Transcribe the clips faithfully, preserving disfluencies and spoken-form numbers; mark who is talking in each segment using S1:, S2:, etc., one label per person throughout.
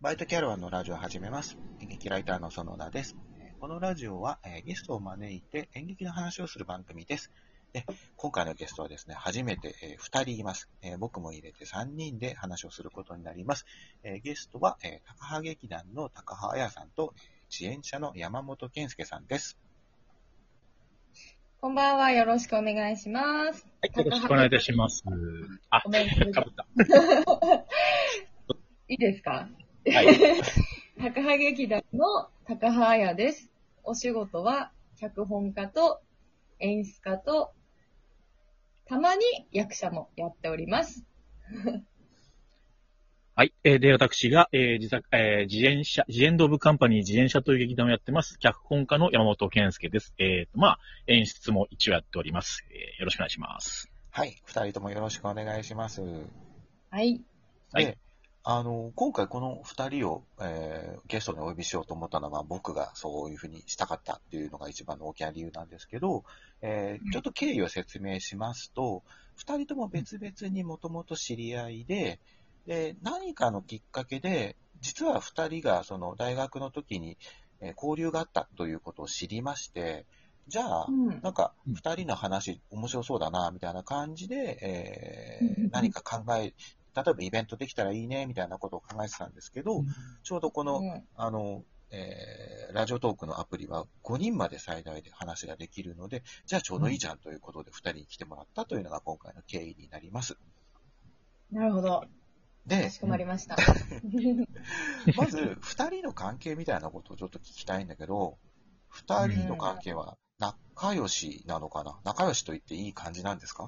S1: バイトキャラバンのラジオを始めます。演劇ライターの園田です。このラジオは、えー、ゲストを招いて演劇の話をする番組です。で今回のゲストはですね、初めて、えー、ふたりいます、えー。僕も入れてさんにんで話をすることになります。えー、ゲストは、えー、高羽劇団の高羽彩さんと、遅延者の山本健介さんです。
S2: こんばんは。よろしくお願いします。
S3: はい、よろしくお願いいたします。あ、
S2: ごめん、
S3: かぶった。
S2: いいですか？
S3: はい。
S2: 高羽劇団の高羽彩です。お仕事は脚本家と演出家と、たまに役者もやっております。
S3: はい。えー、で、私が、えー、自作、えー、自演者、自演ドブカンパニー自演者という劇団をやってます。脚本家の山本健介です。えーと、まあ、演出も一応やっております。えー、よろしくお願いします。
S1: はい。二人ともよろしくお願いします。
S2: はい。
S1: で、
S3: はい、
S1: あの、今回この二人を、えー、ゲストにお呼びしようと思ったのは、僕がそういうふうにしたかったっていうのが一番の大きな理由なんですけど、えー、ちょっと経緯を説明しますと、二人とも別々にもともと知り合いで、で、何かのきっかけで、実は二人がその大学の時に、えー、交流があったということを知りまして、じゃあ、
S2: うん、
S1: なんか二人の話面白そうだな、みたいな感じで、えー、何か考え、例えばイベントできたらいいね、みたいなことを考えてたんですけど、うん、ちょうどこの、うん、あの、えー、ラジオトークのアプリはごにんまで最大で話ができるので、じゃあちょうどいいじゃんということでふたりに来てもらったというのが今回の経緯になります。
S2: なるほど。
S1: で、
S2: かしこまりました。
S1: まず、ふたりの関係みたいなことをちょっと聞きたいんだけど、ふたりの関係は仲良しなのかな？仲良しと言っていい感じなんですか？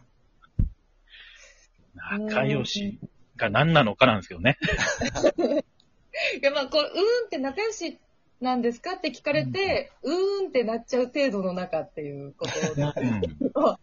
S3: 仲良しが何なのかなんですけどね。
S2: いや、まあ、こう、うーんって仲良しなんですかって聞かれて、うん、うーんってなっちゃう程度の仲っていうことなんですけど。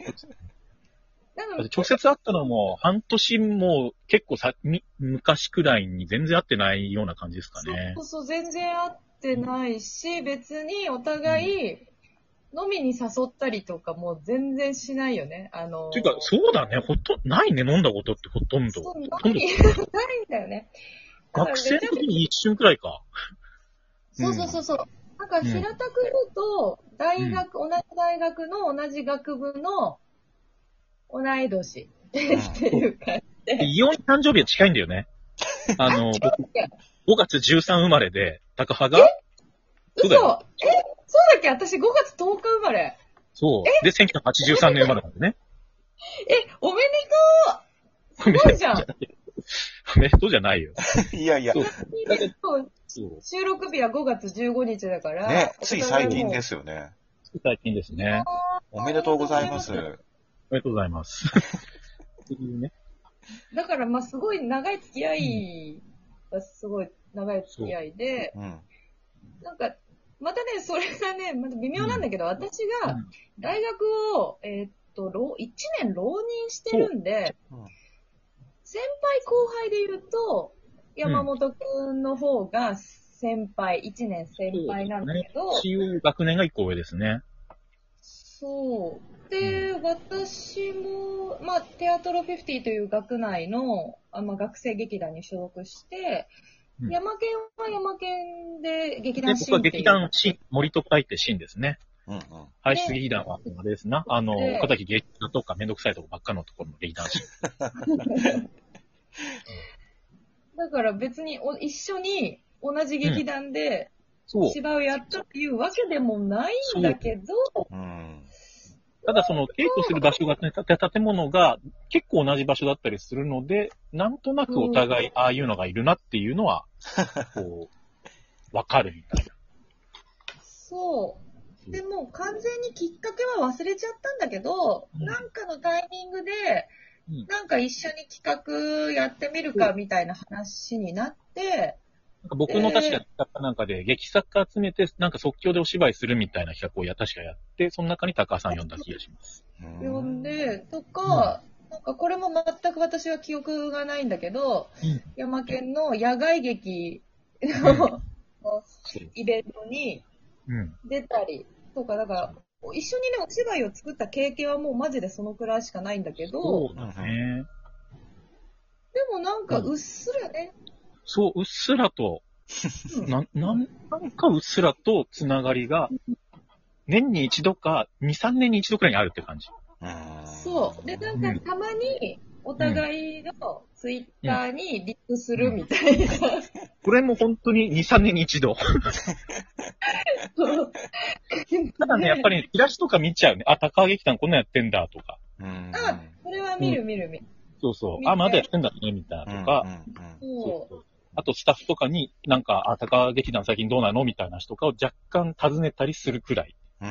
S3: 直接会ったのも半年も結構さみ昔くらいに全然会ってないような感じですかね。
S2: そうそう、全然会ってないし、別にお互い飲みに誘ったりとかも全然しないよね。あのー。
S3: ていうか、そうだね。ほと、ないね、飲んだことってほとんど。
S2: そうない、
S3: ほとんど
S2: ないんだよね。
S3: 学生の時に一瞬くらいか。
S2: そうそうそうそう。なんか平たく言うと、大学、うん、同じ大学の同じ学部の同い年っていう感じで。
S3: 異様に誕生日は近いんだよね。あの、ごがつじゅうさん生まれで、高羽が。
S2: え嘘えそうだっけ？私ごがつとおか生まれ。
S3: そう。で、せんきゅうひゃくはちじゅうさんねん生まれなんだね。
S2: え、おめでとう！すごいじゃん。
S3: おめでとうじゃないよ。
S1: いやいや。
S2: 収録日はごがつじゅうごにちだから。
S1: ね、つい最近ですよね。
S3: つい最近ですね。
S1: おめでとうございます。おめ
S3: でとうございます。
S2: ね、だから、まあ、すごい長い付き合いがすごい長い付き合いで、うん、なんか、またね、それがね、また微妙なんだけど、うん、私が大学を、えー、っと、いちねん浪人してるんで、うん、先輩後輩で言うと、山本くんの方が先輩、いちねん先輩なんだけど、
S3: 一応学年がいっこ上ですね。
S2: そう。で、うん、私も、まあ、テアトロフィフティという学内の、あまあ、学生劇団に所属して、うん、山県は山県で劇団シーンっていう。
S3: 僕は劇団シーン、森と書いてシーンですね。
S1: うんうん。
S3: 排出劇団は、あれですな。あの、岡崎劇団とかめんどくさいとこばっかのところの劇団シーン。
S2: だから別にお一緒に同じ劇団で芝居をやったっていうわけでもないんだけど、うん、
S3: ただその稽古する場所が、ね、建物が結構同じ場所だったりするので、なんとなくお互いああいうのがいるなっていうのは、こう、わかるみたいな。
S2: そう。でも完全にきっかけは忘れちゃったんだけど、うん、なんかのタイミングで、なんか一緒に企画やってみるかみたいな話になって、
S3: なんか僕の確か企画なんかで劇作家集めて、なんか即興でお芝居するみたいな企画をや確かやって、その中に高橋さん呼んだ気がします。
S2: 呼んで、とか、うん、なんかこれも全く私は記憶がないんだけど、うん、山県の野外劇の、うん、イベントに出たりとか、だから、一緒にね、お芝居を作った経験はもうマジでそのくらいしかないんだけど、
S3: そうだね。
S2: でもなんかうっすらね、
S3: そう、うっすらと、な、なんかうっすらとつながりが、年に一度か、二、三年に一度くらいにあるって感じ。
S2: そう。で、なんかたまに、お互いのツイッターにリプするみたいな。
S3: これも本当に二、三年に一度。ただね、やっぱり、ね、チラシとか見ちゃうね。あ、高川劇団こんなんやってんだとか。
S2: あ、それは見る見る見る。
S3: そうそう。あ、まだやってんだね、みたいなとか。そうそう。あと、スタッフとかになんか、あ、高川劇団最近どうなのみたいな人とかを若干尋ねたりするくらい。
S2: うん。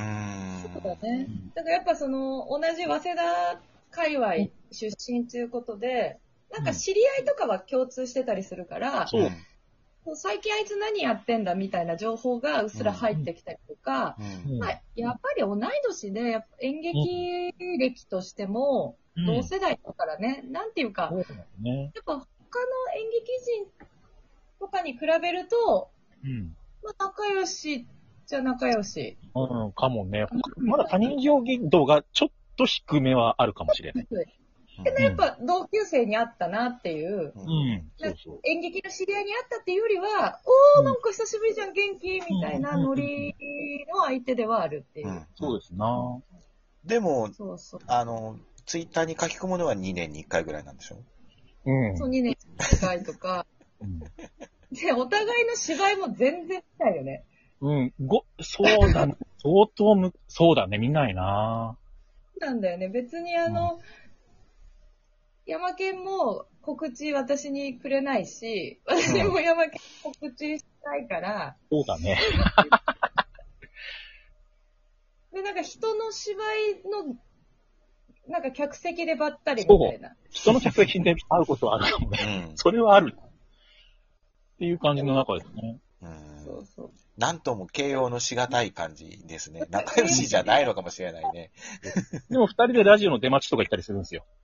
S2: そうだね。だからやっぱその、同じ早稲田界隈出身ということで、なんか知り合いとかは共通してたりするから、
S3: そう。
S2: 最近あいつ何やってんだみたいな情報がうっすら入ってきたりとか、うんまあ、やっぱり同い年でやっぱ演劇歴としても同世代だからね、うん、なんていうか、ね、やっぱ他の演劇人とかに比べると、うんまあ、仲良しじゃ仲良し。
S3: うん、かもね。まだ他人情度がちょっと低めはあるかもしれない。
S2: でもやっぱ同級生に会ったなっていう、うん、そうそう演劇の知り合いに会ったっていうよりは、おー、なんか久しぶりじゃん、元気みたいなノリの相手ではあるっていう。うん、
S3: そうですな。
S1: でもそうそう、あの、ツイッターに書き込むのはにねんにいっかいぐらいなんでしょ
S2: うん。そう、にねんにいっかいとか。うん、で、お互いの芝居も全然見ないよね。
S3: うん、ご、そうだね。相当む、そうだね、見ないな。
S2: なんだよね。別にあの、うんヤマケンも告知私にくれないし、私もヤマケン告知したいから。
S3: そうだね。
S2: で、なんか人の芝居の、なんか客席でばったりみたいな。
S3: 人の客席で会うことはあるかもね。うん、それはある。っていう感じの中ですね。
S1: うん、そうそう。なんとも形容のしがたい感じですね。仲良しじゃないのかもしれないね。
S3: でも二人でラジオの出待ちとか行ったりするんですよ。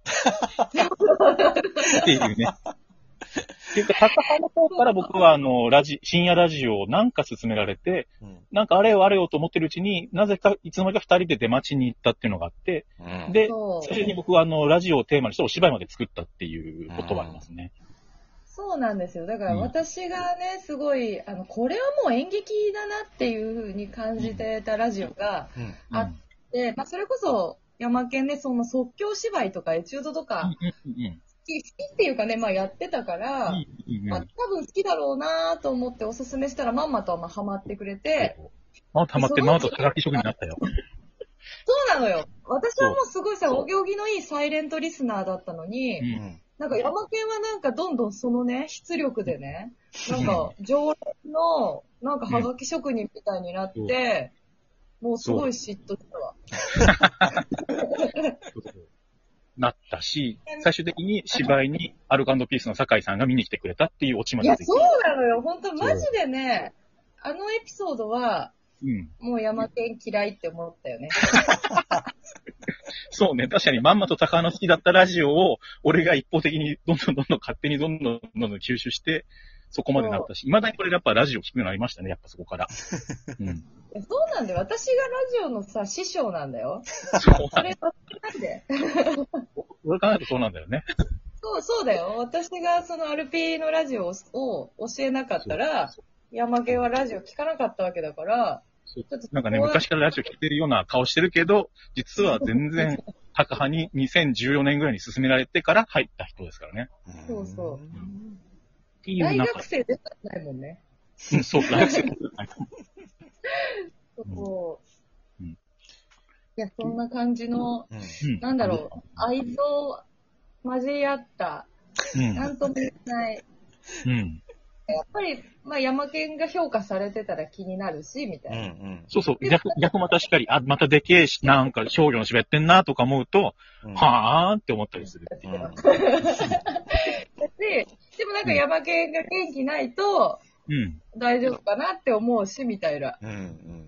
S3: っていうね。っていうか、高浜の方から僕はあの、ラジ、深夜ラジオをなんか勧められて、うん、なんかあれよあれよと思ってるうちに、なぜかいつの間にか二人で出待ちに行ったっていうのがあって、うん、で、最初に僕はあの、ラジオをテーマにしてお芝居まで作ったっていうことはありますね。うん
S2: そうなんですよ。だから私がね、すごい、あの、これはもう演劇だなっていう風に感じてたラジオがあって、うんうん、まあ、それこそ、山県でその即興芝居とかエチュードとか、好き、好きっていうかね、まあやってたから、まあ多分好きだろうなと思っておすすめしたらまんまとまあハマってくれて。
S3: まあハマって、まあと手書き職人になったよ。
S2: そうなのよ。私はもうすごいさ、お行儀のいいサイレントリスナーだったのに、うんなんか山県はなんかどんどんそのね、出力でね、なんか常連のなんかハガキ職人みたいになって、うん、もうすごい嫉妬したわ。
S3: なったし、最終的に芝居にアルコ&ピースの酒井さんが見に来てくれたっていうオチまでついて。
S2: いや、そうなのよ。本当マジでね、あのエピソードは、うん、もう山県嫌いって思ったよね。
S3: そうね。確かにまんまと高野好きだったラジオを、俺が一方的にどんどんどんどん勝手にどんどんどんどん吸収して、そこまでなったし、未だにこれやっぱラジオ聞くようになりましたね。やっぱそこから。
S2: うん。そうなんだよ。私がラジオのさ、師匠なんだよ。そう。それはなんで
S3: 俺考えるとそうなんだよね。
S2: そう、そうだよ。私がその アールピー のラジオを教えなかったら、山系はラジオ聞かなかったわけだから、
S3: なんかね、昔からラジオ聞いてるような顔してるけど、実は全然、高派ににせんじゅうよねんぐらいに勧められてから入った人ですからね。
S2: そうそう。っていう大学生ではないもんね。
S3: うん、そう、大学生ではない。
S2: そう。うん、いや、そんな感じの、うん、なんだろう、愛憎交え合った、うん、なんとも言えない。うんやっぱり、まあ、山県が評価されてたら気になるし、みたいな。うんうん、
S3: そうそう。逆、逆またしっかり、あ、またでけえし、なんか、商業の芝居やってんな、とか思うと、うん、はぁーって思ったりするっていう。うん、で、
S2: でもなんか山県が元気ないと、うん、大丈夫かなって思うし、みたいな。うんうん、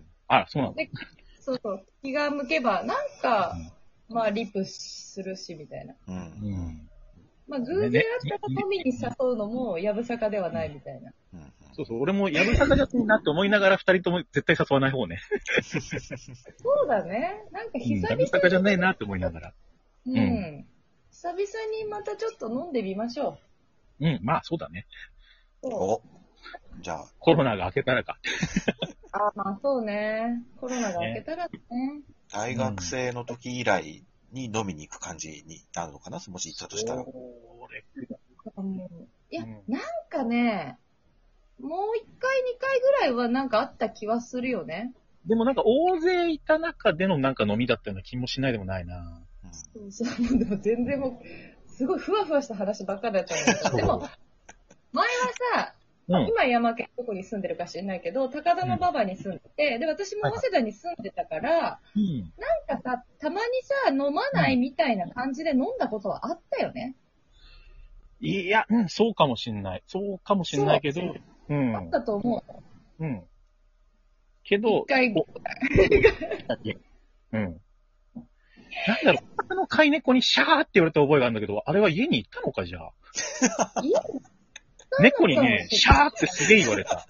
S3: あ、そうなんだ。
S2: そうそう。気が向けば、なんか、うん、まあ、リプするし、みたいな。うんうんまあ、偶然あったら飲みに誘うのも、やぶさかではないみたいな。
S3: うんうん、そうそう、俺もやぶさかじゃないなって思いながら、二人とも絶対誘わない方ね。
S2: そうだね。なんか久々に、うん。
S3: やぶさかじゃないなって思いながら。
S2: うん。うん、久々にまたちょっと飲んでみましょ
S3: う。うん、まあそうだね。
S1: お、じゃあ。
S3: コロナが明けたらか。
S2: あ、まあそうね。コロナが明けたらね。
S1: 大学生の時以来に飲みに行く感じになるのかな、もし行ったとしたら。
S3: それ
S2: いや、
S3: うん
S2: なんかね、もう一回、二回ぐらいはなんかあった気はするよね。
S3: でもなんか大勢いた中でのなんか飲みだったような気もしないでもないな。
S2: そうそう、でも全然もう、すごいふわふわした話ばっかりだったんだけど、でも、前はさ、
S3: うん。
S2: 今山県どこに住んでるか知らないけど、高田馬場に住んでて、で、私も早稲田に住んでたから、
S3: うん。
S2: なんかさ、たまにさ、飲まないみたいな感じで飲んだことはあったよね。
S3: いや、うん、そうかもしんない。そうかもしんないけど、うん。
S2: あったと思う。
S3: うん。けど、
S2: 一回、
S3: おうん。なんだろう、あの飼い猫にシャーって言われた覚えがあるんだけど、あれは家に行ったのか、じゃあ。
S2: 家
S3: 猫にね、シャーってすげえ言われた。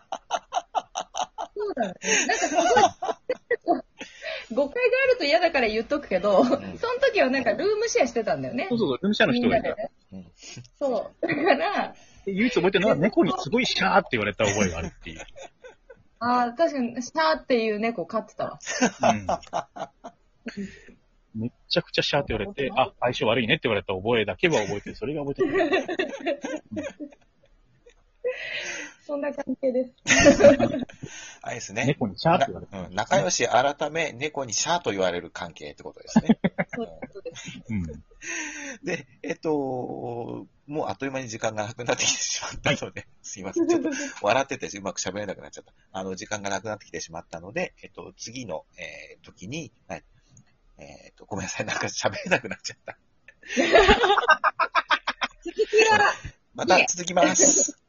S2: そうだね。なんかすごい、誤解があると嫌だから言っとくけど、その時はなんかルームシェアしてたんだよね。
S3: そうそうそう、ルームシェアの人がいた。
S2: ね、そう。だから、
S3: 唯一覚えてるのは猫にすごいシャーって言われた覚えがあるっていう。
S2: ああ、確かに、シャーっていう猫飼ってたわ。
S3: うん、めっちゃくちゃシャーって言われて、あ、相性悪いねって言われた覚えだけは覚えてる。それが覚えてる。
S2: そんな関係です。
S1: あれですね。
S3: 猫にシャーって言われて、
S1: うん。仲良し改め、猫にシャーと言われる関係ってことですね。
S2: そういうことです。
S3: うん、
S1: で、えっと、もうあっという間に時間がなくなってきてしまったので、すいません。ちょっと笑っててうまく喋れなくなっちゃった。あの、時間がなくなってきてしまったので、えっと、次の、えー、時に、はい、えっと、ごめんなさい。なんか喋れなくなっちゃった。
S2: 続きは、
S1: また続きます。